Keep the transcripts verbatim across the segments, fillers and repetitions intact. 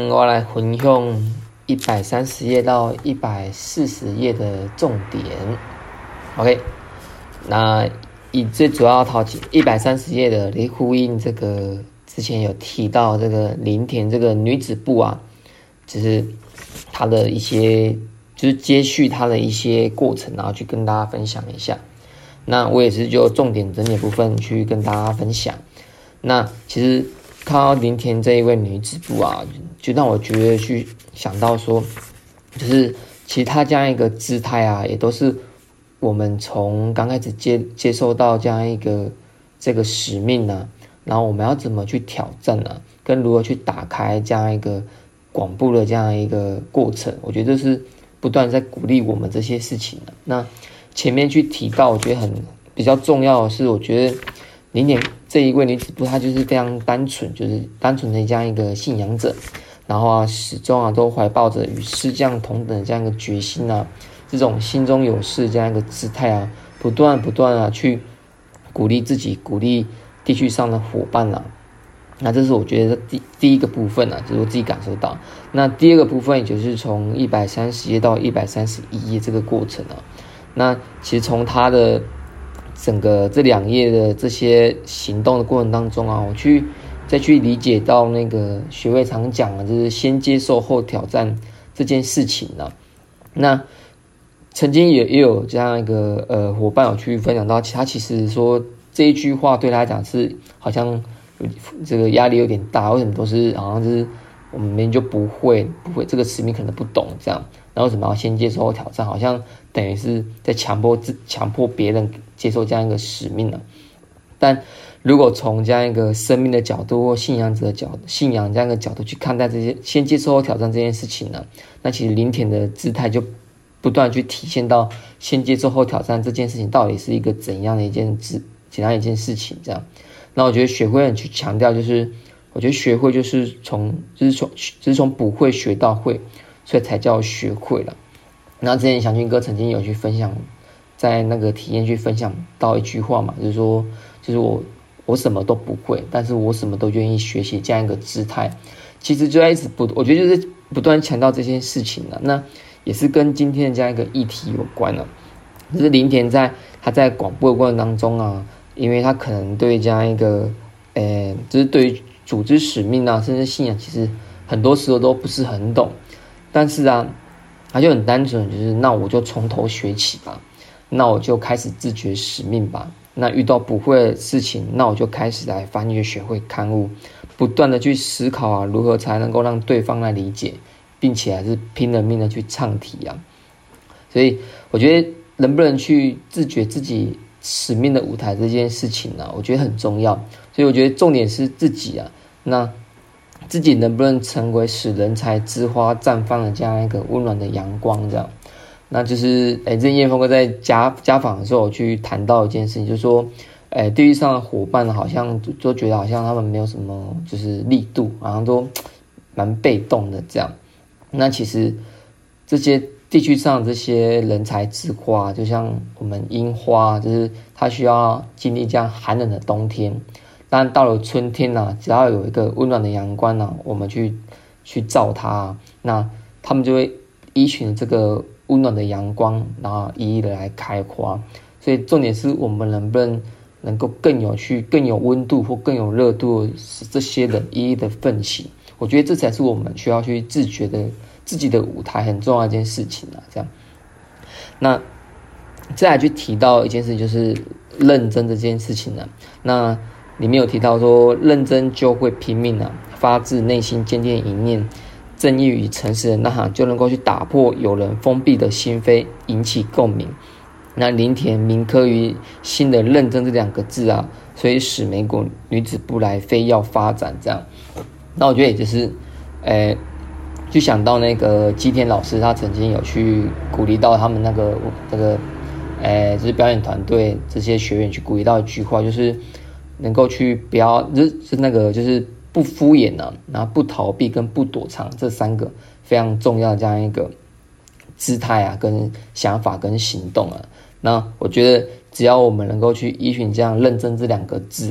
嗯，我来分享一百三十页到一百四十页的重点。OK， 那以最主要讨起一百三十页的来呼应这个之前有提到这个林田这个女子部啊，就是她的一些就是接续她的一些过程，然后去跟大家分享一下。那我也是就重点整理部分去跟大家分享。那其实看到林田这一位女子部啊，就让我觉得去想到说，就是其实她这样一个姿态啊，也都是我们从刚开始接接受到这样一个这个使命啊，然后我们要怎么去挑战啊，跟如何去打开这样一个广布的这样一个过程，我觉得是不断在鼓励我们这些事情啊。那前面去提到，我觉得很比较重要的是，我觉得林田这一位女子部，她就是非常单纯，就是单纯的这样一个信仰者，然后啊，始终啊都怀抱着与师匠同等的这样一个决心啊，这种心中有事这样一个姿态啊，不断不断啊去鼓励自己，鼓励地区上的伙伴啊。那这是我觉得第第一个部分啊，就是我自己感受到。那第二个部分，也就是从一百三十页到一百三十一页这个过程啊。那其实从他的整个这两页的这些行动的过程当中啊，我去再去理解到那个学会常讲的，就是先接受后挑战这件事情呢、啊。那曾经也也有这样一个呃伙伴有去分享到，他其实说这一句话对他来讲是好像这个压力有点大，为什么都是好像就是我们明明就不会不会这个使命可能不懂这样，然后为什么要先接受后挑战，好像等于是在强迫自强迫别人接受这样一个使命呢、啊。但如果从这样一个生命的角度或信仰者的角度，信仰这样一个角度去看待这些先接受后挑战这件事情呢，那其实林田的姿态就不断去体现到先接受后挑战这件事情到底是一个怎样的一件怎怎样一件事情这样。那我觉得学会很去强调，就是我觉得学会就是从就是从就是从不会学到会，所以才叫学会了。那之前祥军哥曾经有去分享，在那个体验去分享到一句话嘛，就是说，就是我我什么都不会，但是我什么都愿意学习这样一个姿态。其实就在一直不，我觉得就是不断强调这件事情了。那也是跟今天的这样一个议题有关了。就是林田在他在广播的过程当中啊，因为他可能对这样一个，呃，就是对于组织使命啊，甚至信仰，其实很多时候都不是很懂。但是啊，他就很单纯，就是那我就从头学起吧，那我就开始自觉使命吧。那遇到不会的事情，那我就开始来翻阅学会刊物，不断的去思考啊，如何才能够让对方来理解，并且还是拼了命的去唱题啊。所以我觉得能不能去自觉自己使命的舞台这件事情呢、啊，我觉得很重要。所以我觉得重点是自己啊，那自己能不能成为使人才之花绽放的这样一个温暖的阳光，这样。那就是诶，之前叶峰哥在家家访的时候，我去谈到一件事情，就是说，诶，地域上的伙伴好像都觉得好像他们没有什么就是力度，好像都蛮被动的这样。那其实这些地区上这些人才之花，就像我们樱花，就是它需要经历这样寒冷的冬天，但到了春天啊，只要有一个温暖的阳光啊，我们去去照它、啊，那他们就会依循这个温暖的阳光，然后一一的来开花。所以重点是我们能不能能够更有去更有温度或更有热度，使这些人一一的奋起。我觉得这才是我们需要去自觉的自己的舞台很重要的一件事情啊。这样，那再来去提到一件事，就是认真这件事情呢、啊。那里面有提到说，认真就会拼命啊，发自内心坚定一念，正义与诚实的呐喊，就能够去打破有人封闭的心扉，引起共鸣。那林田铭刻于心的认真这两个字啊，所以使美国女子部来非要发展这样。那我觉得也就是，呃，就想到那个基田老师，他曾经有去鼓励到他们那个这个，呃，就是表演团队这些学员去鼓励到一句话，就是能够去不要，就是那个就是不敷衍啊，然后不逃避跟不躲藏这三个非常重要的这样一个姿态啊，跟想法跟行动啊。那我觉得只要我们能够去依循这样认真这两个字啊，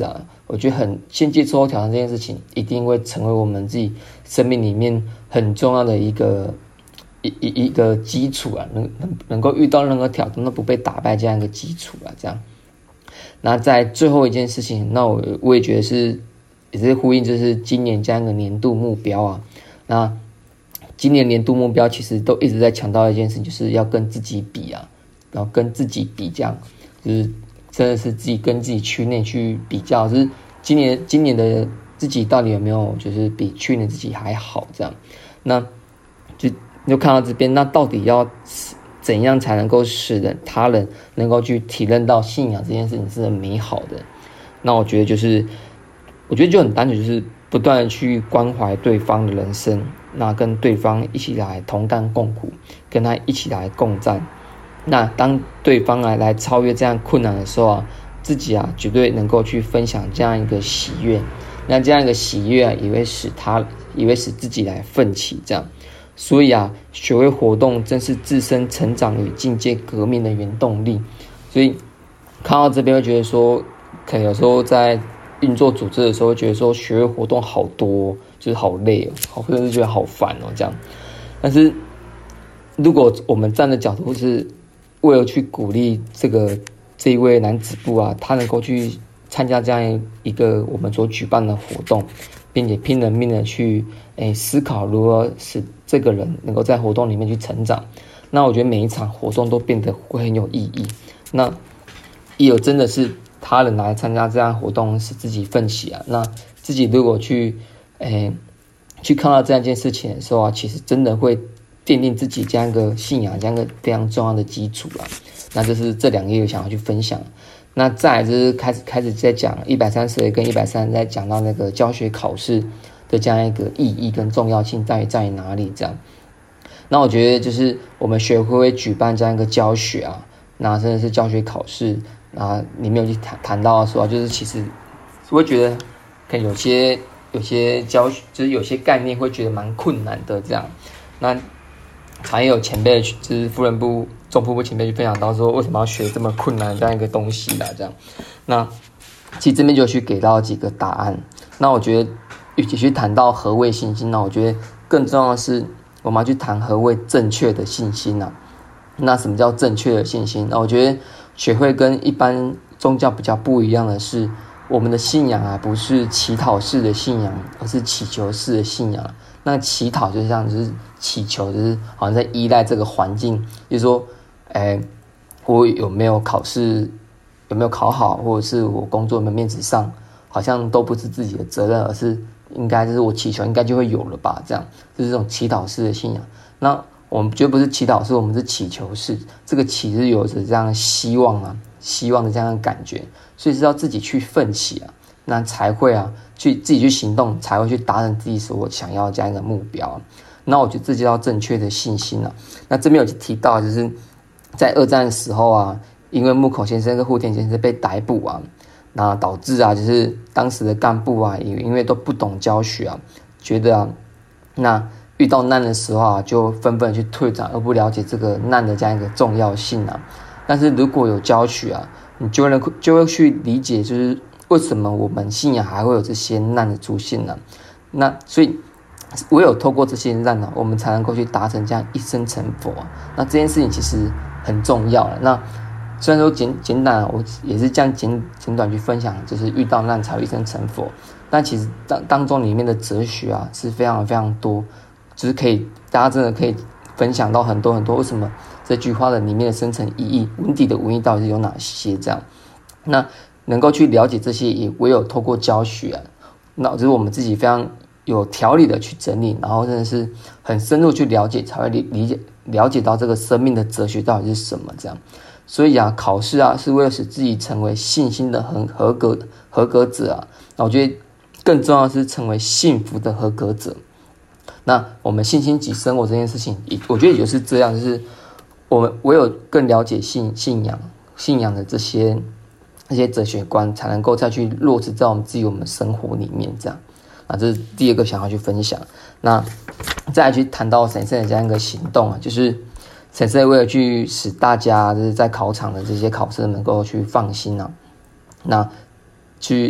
我觉得很先接受挑战这件事情，一定会成为我们自己生命里面很重要的一个一一一个基础啊，能能能够遇到任何挑战都不被打败这样一个基础啊，这样。那在最后一件事情，那我我也觉得是也是呼应，就是今年这样一个年度目标啊。那今年年度目标其实都一直在强调一件事情，就是要跟自己比啊，然后跟自己比，这样就是真的是自己跟自己区内去比较，就是今年今年的自己到底有没有就是比去年自己还好这样。那就就看到这边，那到底要怎样才能够使人他人能够去体认到信仰这件事情是很美好的？那我觉得就是，我觉得就很单纯，就是不断的去关怀对方的人生，那跟对方一起来同甘共苦，跟他一起来共战。那当对方来来超越这样困难的时候啊，自己啊绝对能够去分享这样一个喜悦。那这样一个喜悦啊，也会使他，也会使自己来奋起这样。所以啊，学会活动正是自身成长与境界革命的原动力。所以看到这边会觉得说，可能有时候在运作组织的时候，会觉得说学会活动好多，就是好累哦，好或者是觉得好烦哦这样。但是如果我们站的角度是为了去鼓励这个这一位男子部啊，他能够去参加这样一个我们所举办的活动，并且拼了命的去诶思考如何使这个人能够在活动里面去成长。那我觉得每一场活动都变得会很有意义。那也有真的是他人来参加这样活动，使自己奋起啊。那自己如果去诶去看到这样一件事情的时候啊，其实真的会奠定自己这样一个信仰，这样一个非常重要的基础啦。那这是这两页我想要去分享。那再来就是开始开始在讲一百三十页跟一百三十在讲到那个教学考试的这样一个意义跟重要性在于在于哪里这样。那我觉得就是我们学会会举办这样一个教学啊，那真的是教学考试，那里面有去谈谈到说，就是其实我会觉得可能有些有些教学就是有些概念会觉得蛮困难的这样。那还有前辈就是妇人部中部部前辈去分享到说，为什么要学这么困难的这样一个东西啦这样。那其实这边就去给到几个答案。那我觉得与其去谈到何谓信心，那我觉得更重要的是我们要去谈何谓正确的信心啊。那什么叫正确的信心？那我觉得学会跟一般宗教比较不一样的是，我们的信仰啊不是乞讨式的信仰，而是祈求式的信仰。那乞讨就是这样，就是祈求，就是好像在依赖这个环境，就是说，哎，我有没有考试，有没有考好，或者是我工作有没有面子上，好像都不是自己的责任，而是应该就是我祈求应该就会有了吧，这样，就是这种祈祷式的信仰。那我们绝对不是祈祷式，我们是祈求式。这个祈是有着这样的希望啊，希望的这样的感觉，所以是要自己去奋起啊。那才会啊，去自己去行动，才会去达成自己所想要的这样一个目标啊。那我觉得这就叫正确的信心啊。那这边有提到，就是在二战的时候啊，因为木口先生跟户田先生被逮捕啊，那导致啊，就是当时的干部啊，也因为都不懂教学啊，觉得啊，那遇到难的时候啊，就纷纷去退场，而不了解这个难的这样一个重要性啊。但是如果有教学啊，你就会就会去理解，就是为什么我们信仰还会有这些难的出现呢？那所以唯有透过这些难呢，我们才能够去达成这样一生成佛啊。那这件事情其实很重要了。那虽然说简简短，我也是这样简简短去分享，就是遇到难才会一生成佛。但其实当当中里面的哲学啊是非常非常多，就是可以大家真的可以分享到很多很多。为什么这句话的里面的深层意义、文底的文意到底是有哪些？这样，那能够去了解这些，也唯有透过教学啊，那就是我们自己非常有条理的去整理，然后真的是很深入去了解，才会理理解了解到这个生命的哲学到底是什么这样。所以啊，考试啊是为了使自己成为信心的合合格合格者啊。那我觉得更重要的是成为幸福的合格者。那我们信心及生活这件事情，我觉得也就是这样，就是我们唯有更了解信信仰信仰的这些这些哲学观，才能够再去落实在我们自己我们生活里面这样。啊，这是第二个想要去分享。那再来去谈到神圣的这样一个行动啊，就是神圣为了去使大家就是在考场的这些考生能够去放心啊，那去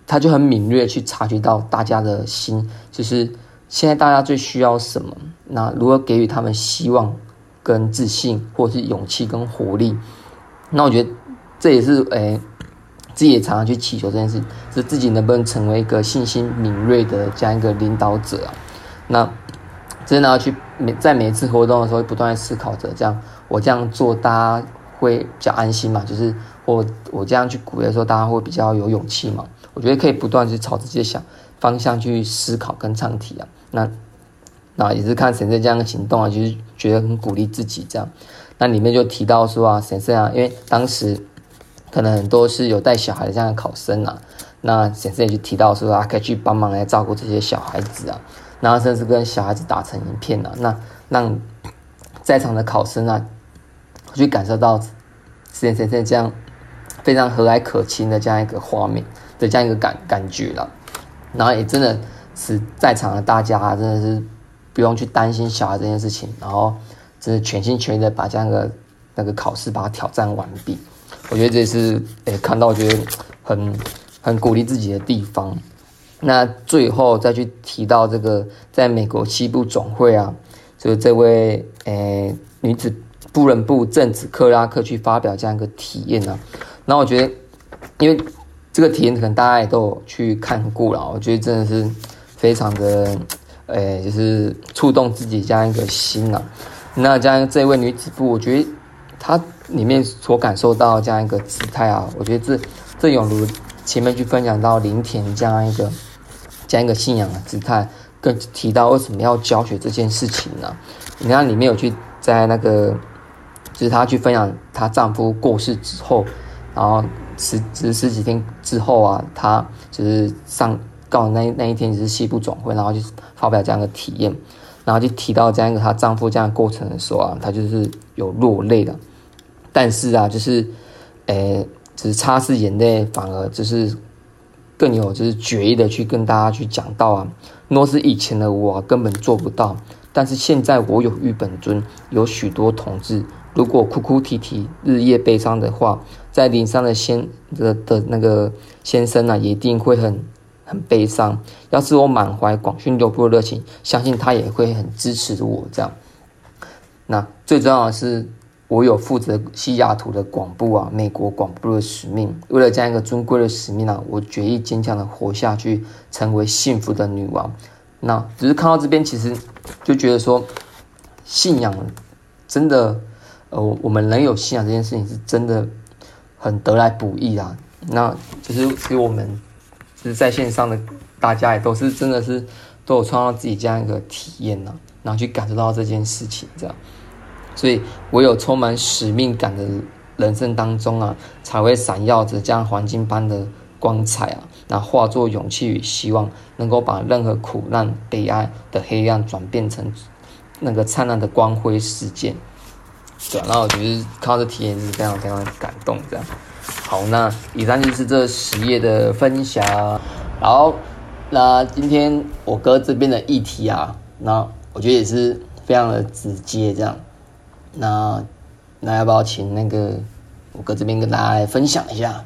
他就很敏锐去察觉到大家的心，就是现在大家最需要什么，那如何给予他们希望跟自信，或者是勇气跟活力。那我觉得这也是诶。自己也常常去祈求这件事，是自己能不能成为一个信心敏锐的这样一个领导者啊？那真的要去每在每一次活动的时候，不断的思考着，这样我这样做，大家会比较安心嘛？就是我我这样去鼓励的时候，大家会比较有勇气嘛？我觉得可以不断去朝这些想方向去思考跟唱题啊。那那也是看神圣这样的行动啊，就是觉得很鼓励自己这样。那里面就提到说啊，神圣啊，因为当时。可能很多是有带小孩的这样的考生啊，那先生也就提到说啊，可以去帮忙来照顾这些小孩子啊，然后甚至跟小孩子打成一片啊，那让在场的考生啊，去感受到先生这样非常和蔼可亲的这样一个画面的这样一个感感觉了，然后也真的使在场的大家、啊、真的是不用去担心小孩这件事情，然后真的全心全意的把这样的那个考试把它挑战完毕。我觉得这是诶看到我觉得很很鼓励自己的地方。那最后再去提到这个在美国西部总会啊，就是这位诶女子部人部正子克拉克去发表这样一个体验啊。那我觉得因为这个体验可能大家也都有去看过了，我觉得真的是非常的诶就是触动自己这样一个心啊。那这样这位女子部，我觉得她里面所感受到这样一个姿态啊，我觉得这这有如前面去分享到林田这样一个这样一个信仰的姿态，更提到为什么要教学这件事情呢、啊？你看里面有去在那个就是她去分享她丈夫过世之后，然后十十十几天之后啊，她就是上告的那那一天就是西部总会，然后就发表这样的体验，然后就提到这样一个她丈夫这样的过程的时候啊，她就是有落泪的。但是啊，就是，诶，只是擦拭眼泪，反而就是更有就是决意的去跟大家去讲到啊，若是以前的我、啊、根本做不到，但是现在我有玉本尊，有许多同志，如果哭哭啼啼、日夜悲伤的话，在灵上的先的的那个先生啊，也一定会很很悲伤。要是我满怀广训流布的热情，相信他也会很支持我这样。那最重要的是。我有负责西雅图的广播啊，美国广播的使命。为了这样一个尊贵的使命啊，我决意坚强的活下去，成为幸福的女王。那只是看到这边，其实就觉得说，信仰真的，呃，我们能有信仰这件事情是真的很得来不易啊。那就是其实我们就是在线上的大家也都是真的是都有创造自己这样一个体验啊，然后去感受到这件事情这样。所以唯有充满使命感的人生当中啊，才会闪耀着这样黄金般的光彩啊，那化作勇气与希望，能够把任何苦难、悲哀的黑暗转变成那个灿烂的光辉事件。对啊，然后我觉得看到这体验是非常非常感动这样。好，那以上就是这十页的分享。然后，那今天我哥这边的议题啊，那我觉得也是非常的直接这样。那那要不要请那个我哥这边跟大家来分享一下？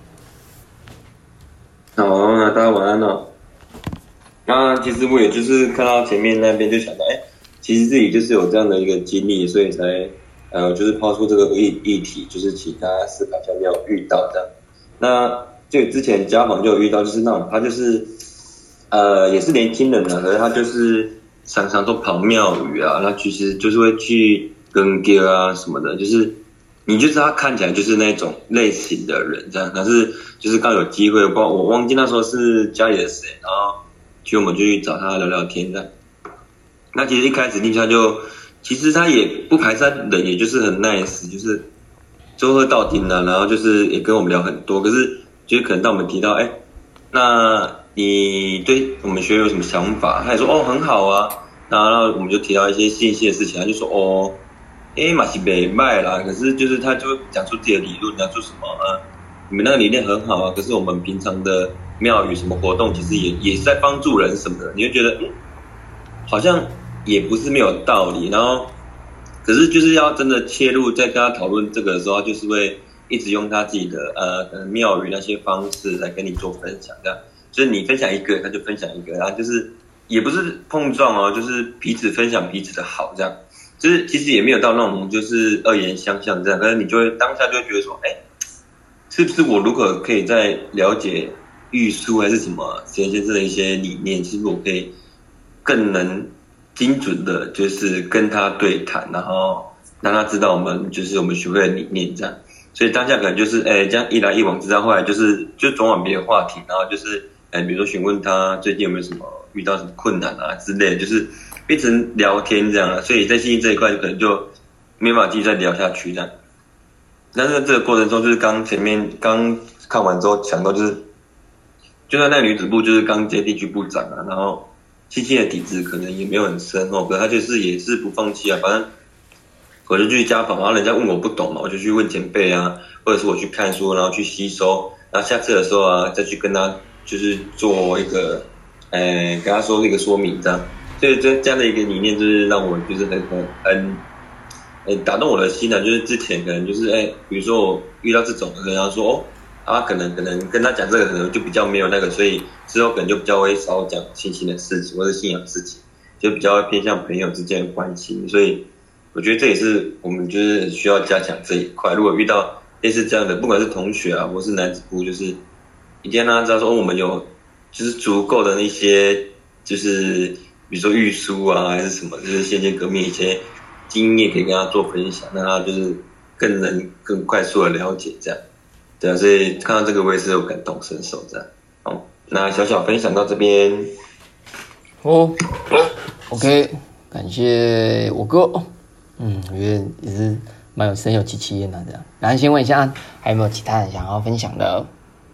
好，那大家晚安哦。那其实我也就是看到前面那边就想到，哎，其实自己就是有这样的一个经历，所以才呃就是抛出这个议议题，就是请大家思考一下有没有遇到这样。那就之前家访就有遇到，就是那种他就是呃也是年轻人啊，可是他就是常常都跑庙宇啊，那其实就是会去。跟歌啊什么的，就是你就是他看起来就是那种类型的人这样，但是就是刚有机会，我我忘记那时候是家里的谁，然后去我们就去找他聊聊天这样。那其实一开始进去他就，其实他也不排斥人，也就是很 nice， 就是周喝到顶了，然后就是也跟我们聊很多，可是就是可能当我们提到，哎，那你对我们学有什么想法？他也说哦很好啊，然后我们就提到一些信息的事情，他就说哦。诶嘛是没卖啦，可是就是他就讲出自己的理论，讲出什么呃，你们那个理念很好啊，可是我们平常的庙宇什么活动，其实也也是在帮助人什么的，你会觉得嗯，好像也不是没有道理，然后可是就是要真的切入，在跟他讨论这个的时候，他就是会一直用他自己的呃可能庙宇那些方式来跟你做分享这样， 就是你分享一个，他就分享一个，然后就是也不是碰撞哦，就是彼此分享彼此的好，这样，就是其实也没有到那种就是恶言相向这样，可是你就会当下就会觉得说，哎，是不是我如果可以再了解玉书还是什么钱先生的一些理念，其实我可以更能精准的，就是跟他对谈，然后让他知道我们就是我们学会的理念这样。所以当下可能就是哎这样一来一往之后，后来就是就转往别的话题，然后就是哎比如说询问他最近有没有什么遇到什么困难啊之类的，就是变成聊天这样了。所以在信息这一块可能就没办法继续再聊下去这样。但是在这个过程中，就是刚前面刚看完之后想到就是，就算那个女子部就是刚接地区部长啊，然后信息的底子可能也没有很深哦，可是他就是也是不放弃啊，反正。我就去家访，然后人家问我不懂嘛，我就去问前辈啊，或者是我去看书，然后去吸收，然后下次的时候啊，再去跟他就是做一个，呃，跟他说一个说明这样。所以这这样的一个理念，就是让我就是很很很，呃，打动我的心的。就是之前可能就是哎，比如说我遇到这种，可能他说哦，啊，可能可能跟他讲这个，可能就比较没有那个，所以之后可能就比较会少讲信心的事情或者信仰的事情，就比较偏向朋友之间的关系，所以。我觉得这也是我们就是需要加强这一块。如果遇到类似这样的，不管是同学啊，或是男子部，就是一定要让他知道说，哦，我们有就是足够的那些，就是比如说预书啊，还是什么，就是先见革命一些经验可以跟他做分享，让他就是更能更快速的了解这样。对啊，所以看到这个我也是有感同身受这样。好，那小小分享到这边。 哦 ，OK， 感谢我哥。嗯，我觉得也是蛮有深有戚戚焉的这样。然后先问一下，还有没有其他人想要分享的？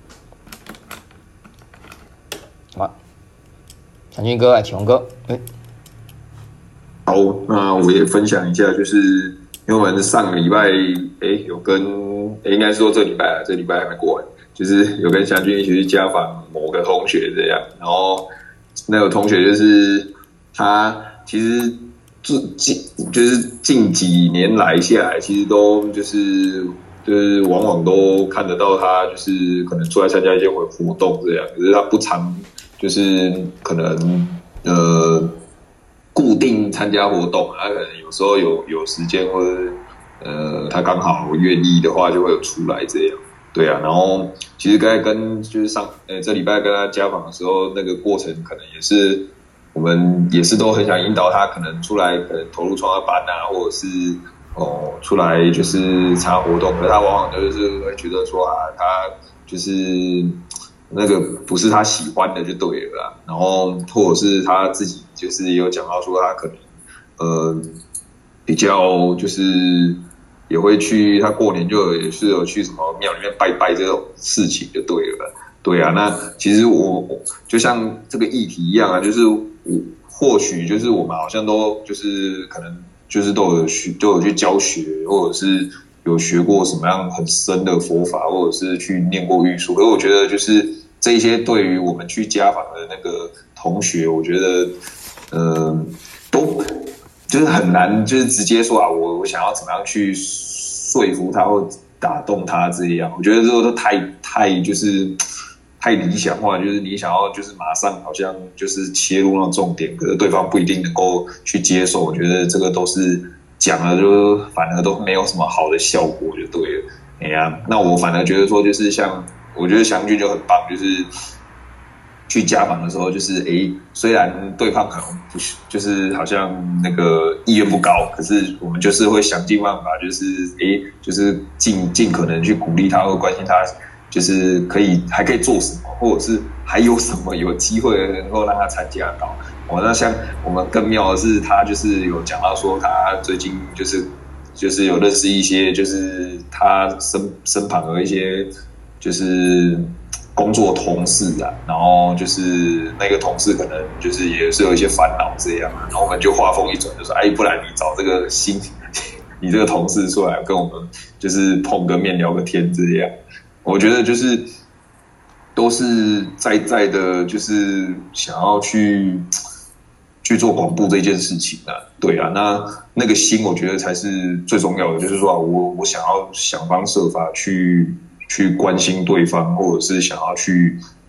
好，长俊哥、启宏哥，哎， 好，那我也分享一下，就是因为我们上个礼拜，哎，有跟，应该说这礼拜啊，这礼拜还没过完，就是有跟祥君一起去家访某个同学这样，然后那个同学就是他其实。近就是近几年来下来，其实都就是就是往往都看得到他，就是可能出来参加一些活活动这样，可是他不常就是可能呃固定参加活动，他可能有时候有有时间或者呃他刚好愿意的话，就会有出来这样。对啊，然后其实刚才跟就是上呃这礼拜跟他家访的时候，那个过程可能也是。我们也是都很想引导他，可能出来，可能投入创业班啊，或者是哦出来就是参加活动，可是他往往就是会觉得说啊，他就是那个不是他喜欢的就对了啦。然后或者是他自己就是也有讲到说，他可能呃比较就是也会去，他过年就也是有去什么庙里面拜拜这种事情就对了。对啊，那其实我就像这个议题一样啊，就是我或许就是我们好像都就是可能就是都有去都有去教学，或者是有学过什么样很深的佛法，或者是去念过玉书。可是我觉得就是这些对于我们去家访的那个同学，我觉得呃都就是很难，就是直接说啊，我我想要怎么样去说服他或打动他这样。我觉得这个都太太就是。太理想化，就是你想要就是马上好像就是切入那种重点，可是对方不一定能够去接受。我觉得这个都是讲了就反而都没有什么好的效果，就对了。哎呀、啊，那我反而觉得说就是像我觉得祥俊就很棒，就是去家访的时候，就是哎，虽然对方可能不是就是好像那个意愿不高，可是我们就是会想尽办法，就是哎，就是尽尽可能去鼓励他或关心他。就是可以还可以做什么，或者是还有什么有机会能够让他参加到。哦，那像我们更妙的是，他就是有讲到说，他最近就是就是有认识一些，就是他身身旁有一些就是工作同事啊，然后就是那个同事可能就是也是有一些烦恼这样，然后我们就话锋一转，就说，哎，不然你找这个新你这个同事出来跟我们就是碰个面聊个天这样。我觉得就是都是在在的，就是想要去去做广播这件事情啊，对啊，那那个心我觉得才是最重要的，就是说我我想要想方设法去去关心对方，或者是想要去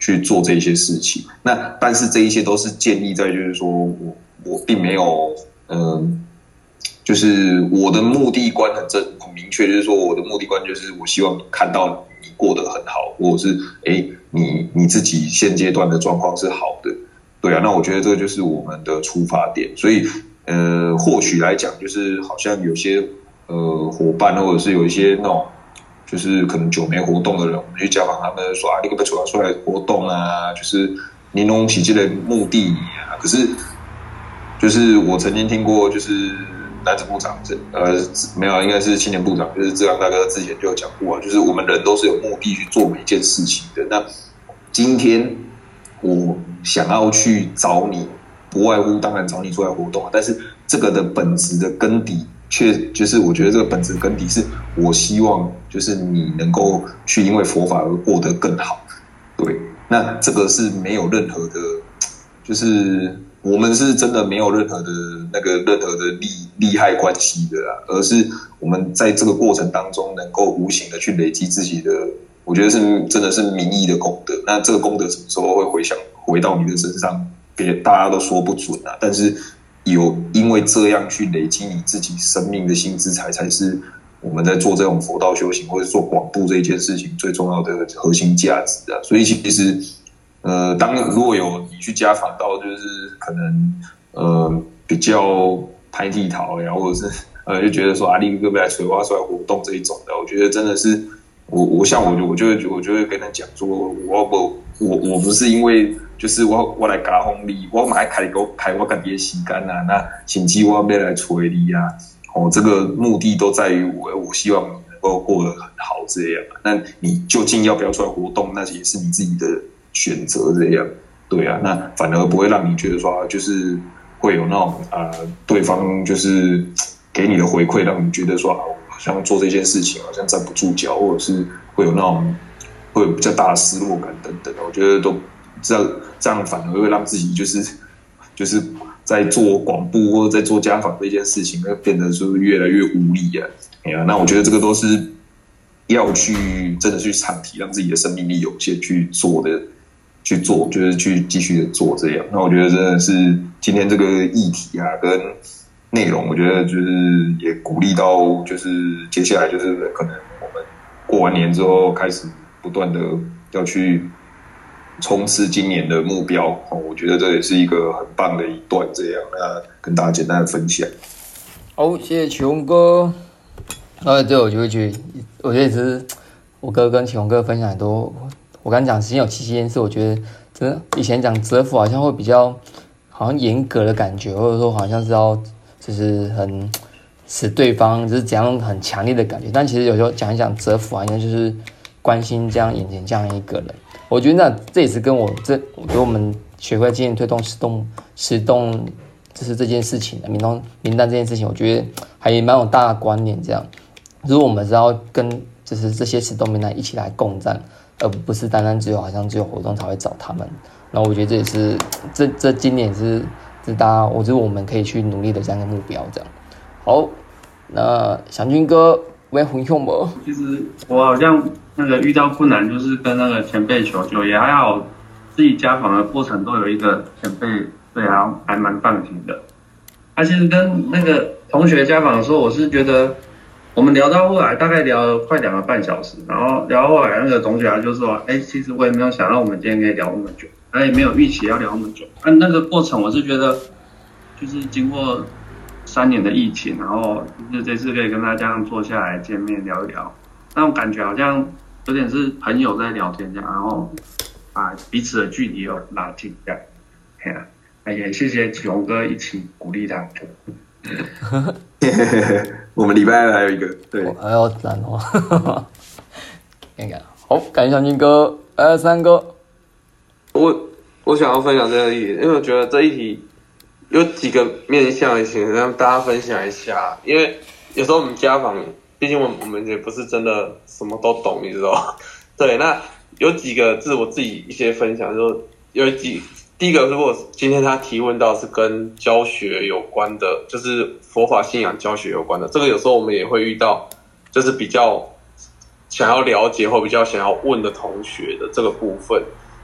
去做这些事情。那但是这一些都是建立在就是说我我并没有嗯、呃，就是我的目的观很正很明确，就是说我的目的观就是我希望你看到你过得很好，或者是哎你你自己现阶段的状况是好的，对啊，那我觉得这个就是我们的出发点。所以呃，或许来讲就是好像有些呃伙伴或者是有一些那种。就是可能久没活动的人，我们去家访他们说啊，你可不可以出来出来活动啊？就是你弄起这个目的啊。可是，就是我曾经听过，就是男子部长，呃，没有，应该是青年部长，就是志刚大哥之前就有讲过啊，就是我们人都是有目的去做每一件事情的。那今天我想要去找你，不外乎当然找你出来活动啊，但是这个的本质的根底。确就是我觉得这个本质根底是我希望就是你能够去因为佛法而过得更好，对，那这个是没有任何的，就是我们是真的没有任何的那个任何的利利害关系的啦，而是我们在这个过程当中能够无形的去累积自己的，我觉得是真的是民意的功德。那这个功德什么时候会回想回到你的身上，别大家都说不准啊，但是。有因为这样去累积你自己生命的新资财，才是我们在做这种佛道修行或者做广布这一件事情最重要的核心价值啊。所以其实，呃，当如果有你去家访到，就是可能呃比较拍地桃呀，或者是呃就觉得说啊，你可不可以来垂挖出来活动这一种的，我觉得真的是我我像我就我就会我就会跟他讲说，我不我我不是因为。就是我我来加红你，我买开个开我自己的时间啊，那甚至我要来催你啊，哦，这个目的都在于我，我希望你能够过得很好这样。那你究竟要不要出来活动，那也是你自己的选择这样，对啊，那反而不会让你觉得说，就是会有那种呃，对方就是给你的回馈，让你觉得说，好像做这件事情好像站不住脚，或者是会有那种会有比较大的失落感等等，我觉得都。这样这样反而会让自己就是就是在做广布或者在做家访这件事情，会变得就是越来越无力啊！哎呀，那我觉得这个都是要去真的去长提，让自己的生命力有限去做的，去做就是去继续的做这样。那我觉得真的是今天这个议题啊跟内容，我觉得就是也鼓励到，就是接下来就是可能我们过完年之后开始不断的要去。冲刺今年的目标，我觉得这也是一个很棒的一段，这样那跟大家简单的分享。 好，谢谢启宏哥。呃，对，我就会觉得，我觉得也是我哥跟启宏哥分享很多。我刚讲心有戚戚焉，是我觉得真的以前讲折服好像会比较好像严格的感觉，或者说好像是要就是很使对方就是怎样很强烈的感觉，但其实有时候讲一讲折服好像就是关心这样眼前这样一个人。我觉得那这也是跟我这，我觉得我们学会今年推动实动实动，就是这件事情的名单名单这件事情，我觉得还蛮有大的观念。这样，如果我们是要跟就是这些实动名单一起来共战，而不是单单只有好像只有活动才会找他们。那我觉得这也是这这今年是是大家，我觉得我们可以去努力的这样一个目标。这样，好，那祥军哥。喂，混用不？ 其实我好像那个遇到困难，就是跟那个前辈求救，也还好，自己家访的过程都有一个前辈，对啊，还蛮放心的。他、啊、其实跟那个同学家访的时候，我是觉得我们聊到后来，大概聊了快两个半小时，然后聊到后来，那个同学他就说：“哎，其实我也没有想到我们今天可以聊那么久，他也没有预期要聊那么久。”啊，那个过程我是觉得，就是经过。三年的疫情，然后就是这次可以跟他这样坐下来见面聊一聊，那种感觉好像有点是朋友在聊天这样，然后把彼此的距离又拉近这样。哎呀，哎也谢谢启宏哥一起鼓励他。 我们礼拜二还有一个，对， 还要赞哦。看看，好，感谢祥军哥，呃，三哥， 我我想要分享这个议题，因为我觉得这一题。有几个面向，请让大家分享一下。因为有时候我们家访，毕竟我们我们也不是真的什么都懂，你知道吗？对，那有几个是我自己一些分享，就是有几第一个，如果今天他提问到是跟教学有关的，就是佛法信仰教学有关的，这个有时候我们也会遇到，就是比较想要了解或比较想要问的同学的这个部分。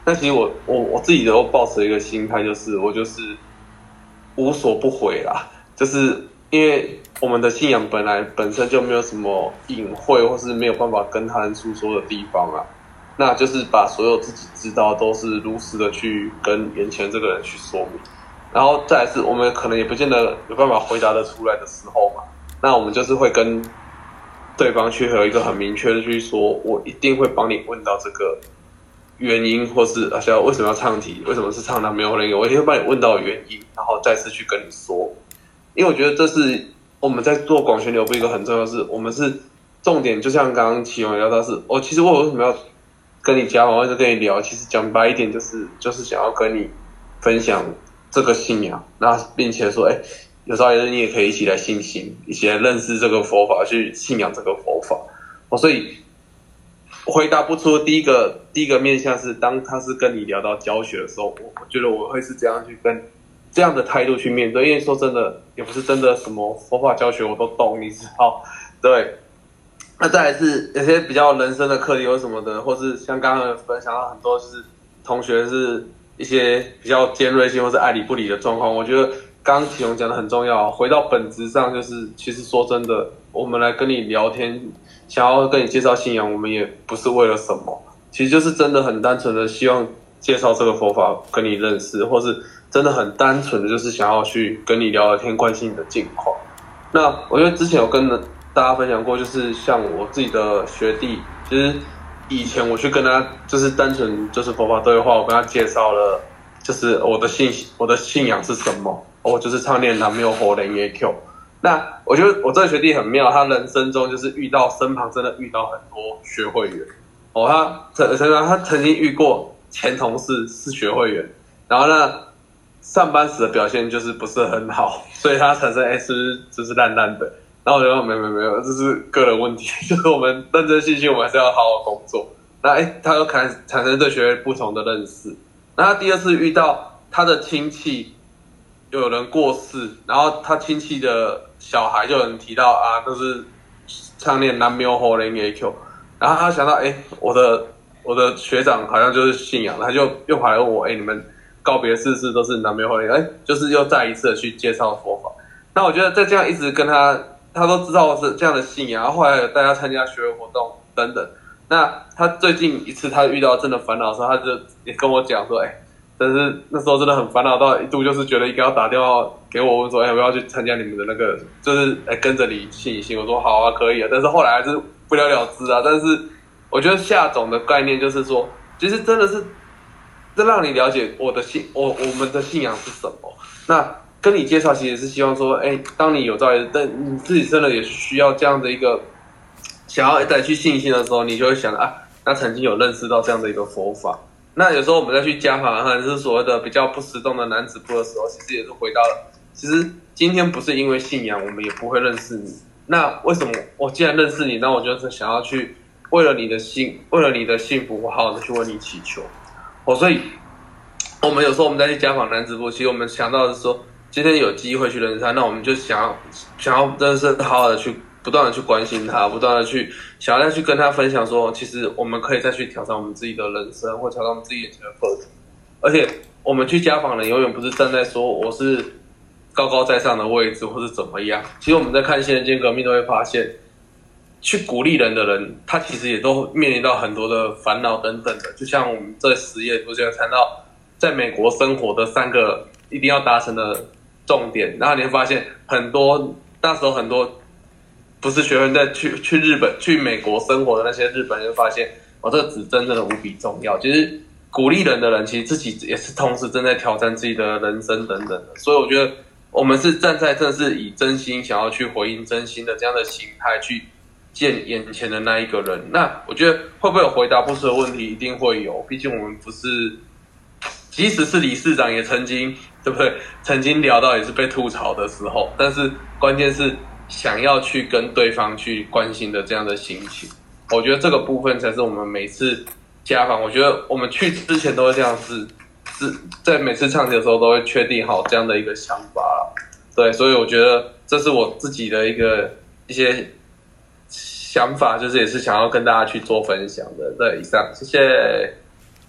那其实我我我自己都抱持一个心态，就是我就是无所不回啦，就是因为我们的信仰本来本身就没有什么隐晦或是没有办法跟他人诉说的地方啊，那就是把所有自己知道都是如实的去跟眼前这个人去说明，然后再来是我们可能也不见得有办法回答得出来的时候嘛，那我们就是会跟对方去有一个很明确的去说，我一定会帮你问到这个原因，或是而且为什么要唱题，为什么是唱到没有人有，我一定会帮你问到原因，然后再次去跟你说。因为我觉得这是我们在做广宣流布一个很重要的是，我们是重点，就像刚刚启勇聊到是，我、哦、其实我为什么要跟你讲，或者跟你聊，其实讲白一点就是就是想要跟你分享这个信仰，那并且说，哎，有朝一日你也可以一起来信心，一起来认识这个佛法，去信仰这个佛法。哦，所以回答不出第一个第一个面向是，当他是跟你聊到教学的时候，我我觉得我会是这样去跟这样的态度去面对，因为说真的，也不是真的什么佛法教学我都懂，你知道，对。那再来是有些比较人生的课题或什么的，或是像刚刚分享到很多，就是同学是一些比较尖锐性或是爱理不理的状况，我觉得刚刚启荣讲的很重要。回到本质上，就是其实说真的，我们来跟你聊天，想要跟你介绍信仰，我们也不是为了什么，其实就是真的很单纯的希望介绍这个佛法跟你认识，或是真的很单纯的就是想要去跟你聊聊天，关心你的近况。那我觉得之前有跟大家分享过，就是像我自己的学弟，其实以前我去跟他就是单纯就是佛法对话，我跟他介绍了就是我的信我的信仰是什么，我就是唱念南无火莲耶 Q。那我觉得我这个学弟很妙，他人生中就是遇到身旁真的遇到很多学会员哦，他曾曾他曾经遇过前同事是学会员，然后呢上班时的表现就是不是很好，所以他产生哎是不是就是烂烂的。然后我就说没有没有没有，这是个人问题，就是我们认真信心，我们还是要好好工作。那哎，他又产产生对学会不同的认识。那他第二次遇到他的亲戚有人过世，然后他亲戚的小孩就有人提到啊，都是唱念南无火莲耶 Q， 然后他想到哎，我的我的学长好像就是信仰，他就又跑来问我，哎，你们告别式是都是南无火莲，哎，就是又再一次的去介绍佛法。那我觉得在这样一直跟他。他都知道是这样的信仰，然后后来有带他参加学会活动等等。那他最近一次他遇到真的烦恼的时候，他就也跟我讲说，哎、欸，但是那时候真的很烦恼到一度就是觉得应该要打电话给我问说，哎、欸，要不要去参加你们的那个，就是哎、欸、跟着你信一信。我说好啊，可以啊。但是后来还是不了了之啊。但是我觉得下种的概念就是说，其实真的是，这让你了解我的信，我我们的信仰是什么。那跟你介绍其实是希望说，哎，当你有朝一日，但你自己真的也需要这样的一个想要再去信心的时候，你就会想啊，那曾经有认识到这样的一个佛法。那有时候我们再去家访，或者是所谓的比较不实动的男子部的时候，其实也是回到了，其实今天不是因为信仰，我们也不会认识你。那为什么我既然认识你，那我就是想要去为了你的幸，为了你的幸福，我好好的去为你祈求。哦，所以我们有时候我们再去家访男子部，其实我们想到的是说，今天有机会去认识他，那我们就想要想要真的是好好的去不断的去关心他，不断的去想要再去跟他分享说，其实我们可以再去挑战我们自己的人生，或挑战我们自己眼前的课题。而且我们去家访人永远不是站在说我是高高在上的位置或是怎么样。其实我们在看新人间革命都会发现，去鼓励人的人，他其实也都面临到很多的烦恼等等的。就像我们这十页不是有谈到，在美国生活的三个一定要达成的重点，然后你会发现很多那时候很多不是学生在去去日本去美国生活的那些日本人，就发现哦，这个纸真的无比重要。其实鼓励人的人，其实自己也是同时正在挑战自己的人生等等的。所以我觉得我们是站在正是以真心想要去回应真心的这样的形态去见眼前的那一个人。那我觉得会不会有回答不出的问题？一定会有，毕竟我们不是。即使是理事长也曾经，对不对？曾经聊到也是被吐槽的时候，但是关键是想要去跟对方去关心的这样的心情。我觉得这个部分才是我们每次家访，我觉得我们去之前都会这样子，是在每次唱题的时候都会确定好这样的一个想法啦。对，所以我觉得这是我自己的一个一些想法，就是也是想要跟大家去做分享的。对，以上，谢谢。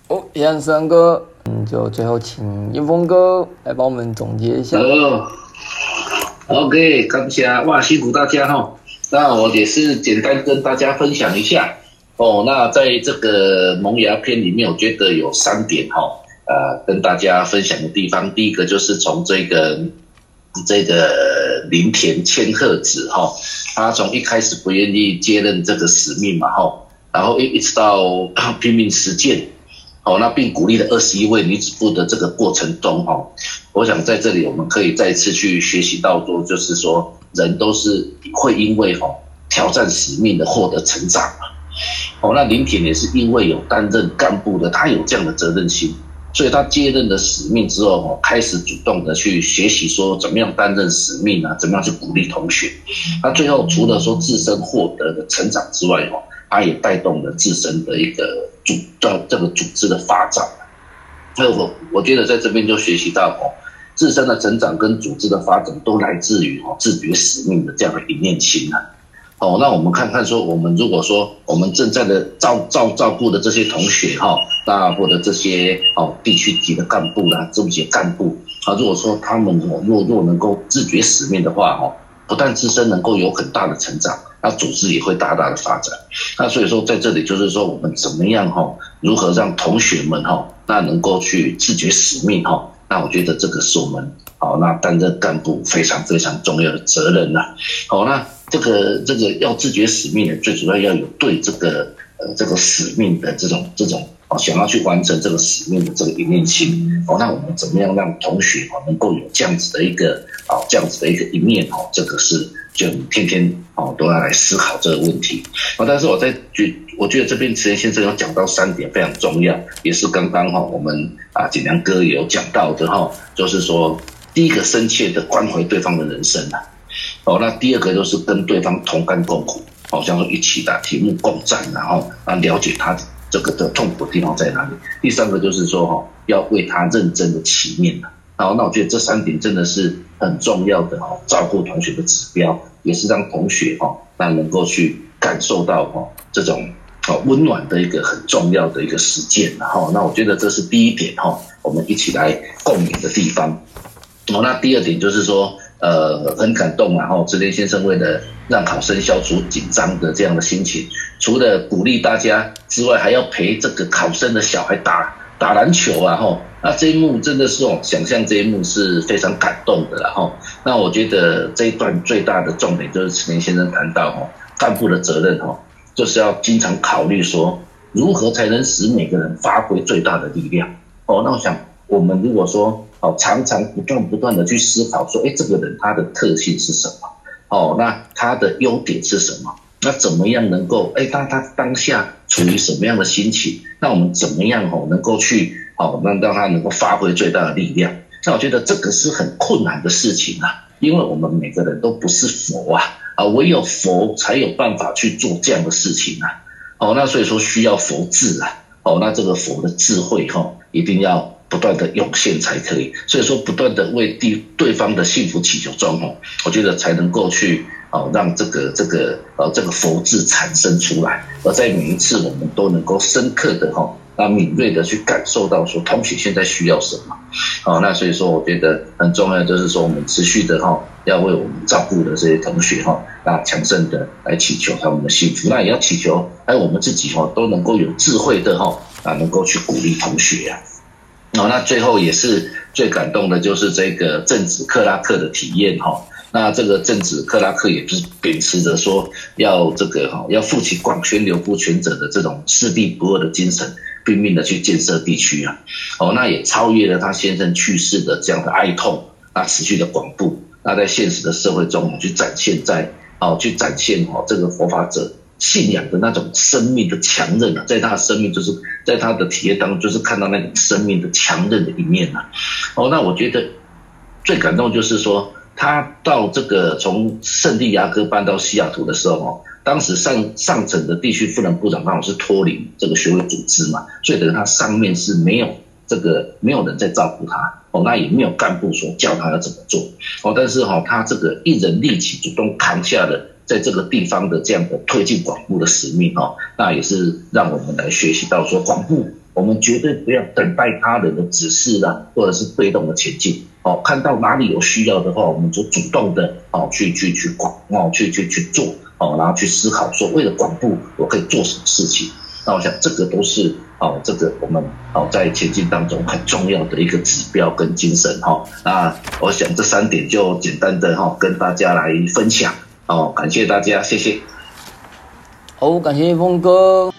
哦，一样三哥，嗯，就最后请燕峰哥来帮我们总结一下。 哦 ，OK， 感谢，哇，辛苦大家哈。那我也是简单跟大家分享一下哦。那在这个萌芽篇里面，我觉得有三点哈，呃，跟大家分享的地方。第一个就是从这个这个林田千鹤子哈，他从一开始不愿意接任这个使命嘛哈，然后一一直到拼命实践。哦，那并鼓励了二十一位女子部的这个过程中，哦，我想在这里我们可以再次去学习到说，就是说人都是会因为哦挑战使命的获得成长嘛。哦，那林田也是因为有担任干部的，他有这样的责任心，所以他接任了使命之后，哦，开始主动的去学习说怎么样担任使命啊，怎么样去鼓励同学。他最后除了说自身获得的成长之外，哦，他也带动了自身的一个组这个组织的发展。所以我我觉得在这边就学习到哦，自身的成长跟组织的发展都来自于哦自觉使命的这样的一念心啊。哦，那我们看看说，我们如果说我们正在的照照照顾的这些同学哈，那或者这些哦地区级的干部啦、中级干部啊，如果说他们若若能够自觉使命的话哦，不但自身能够有很大的成长，那组织也会大大的发展。那所以说在这里就是说，我们怎么样哈，如何让同学们哈，那能够去自觉使命哈，那我觉得这个是我们好那担任干部非常非常重要的责任呐。好，那这个这个要自觉使命的，最主要要有对这个呃这个使命的这种这种哦想要去完成这个使命的这个一念心。哦，那我们怎么样让同学哦能够有这样子的一个哦这样子的一个一面哦，这个是就天天哦都要来思考这个问题。哦，但是我在觉我觉得这边池田先生有讲到三点非常重要，也是刚刚哈我们啊锦良哥也有讲到的哈，就是说第一个深切的关怀对方的人生啊。哦，那第二个就是跟对方同甘共苦，好像说一起打题目共战，然后啊了解他这个的痛苦的地方在哪里。第三个就是说哈，要为他认真的起面啊。好，那我觉得这三点真的是很重要的哈，照顾同学的指标，也是让同学哈那能够去感受到哈这种哦温暖的一个很重要的一个实践。然后，那我觉得这是第一点哈，我们一起来共勉的地方。哦，那第二点就是说。呃，很感动啊！哈，池田先生为了让考生消除紧张的这样的心情，除了鼓励大家之外，还要陪这个考生的小孩打打篮球啊！哈，那这一幕真的是哦，想象这一幕是非常感动的啦！哈，那我觉得这一段最大的重点就是池田先生谈到哈，干部的责任哈，就是要经常考虑说，如何才能使每个人发挥最大的力量。哦，那我想我们如果说哦，常常不断不断的去思考说，哎，这个人他的特性是什么？哦，那他的优点是什么？那怎么样能够，哎，当他当下处于什么样的心情？那我们怎么样哦，能够去哦，让让他能够发挥最大的力量？那我觉得这个是很困难的事情啊，因为我们每个人都不是佛啊，啊，唯有佛才有办法去做这样的事情啊。哦，那所以说需要佛智啊。哦，那这个佛的智慧哈、哦，一定要不断的涌现才可以，所以说不断的为对对方的幸福祈求中哦，我觉得才能够去哦让这个这个呃这个佛智产生出来，而在每一次我们都能够深刻的哈、哦，那敏锐的去感受到说同学现在需要什么，好、哦，那所以说我觉得很重要就是说我们持续的哈、哦，要为我们照顾的这些同学哈、哦，那强盛的来祈求他们的幸福，那也要祈求哎我们自己哈、哦、都能够有智慧的哈、哦，啊能够去鼓励同学啊。哦，那最后也是最感动的就是这个正子克拉克的体验哈、哦。那这个正子克拉克也是秉持着说要这个哈、哦、要负起广宣流布权者的这种势必不二的精神，拼命的去建设地区啊。哦，那也超越了他先生去世的这样的哀痛，那持续的广布，那在现实的社会中去展现在哦去展现哦这个佛法者信仰的那种生命的强韧啊，在他的生命就是在他的体验当中，就是看到那种生命的强韧的一面啊。哦，那我觉得最感动就是说，他到这个从圣地亚哥搬到西雅图的时候哦，当时上上层的地区副人部长刚好是脱离这个学会组织嘛，所以等于他上面是没有这个没有人在照顾他哦，那也没有干部说教他要怎么做哦，但是哈、哦，他这个一人力起主动扛下了在这个地方的这样的推进广布的使命哦，那也是让我们来学习到说广布我们绝对不要等待他人的指示啦，或者是被动的前进。哦，看到哪里有需要的话，我们就主动的哦去去去广哦去去去做哦，然后去思考说为了广布我可以做什么事情。那我想这个都是哦这个我们哦在前进当中很重要的一个指标跟精神哈、哦。那我想这三点就简单的哈、哦、跟大家来分享哦，感谢大家，谢谢。 好，感谢峰哥。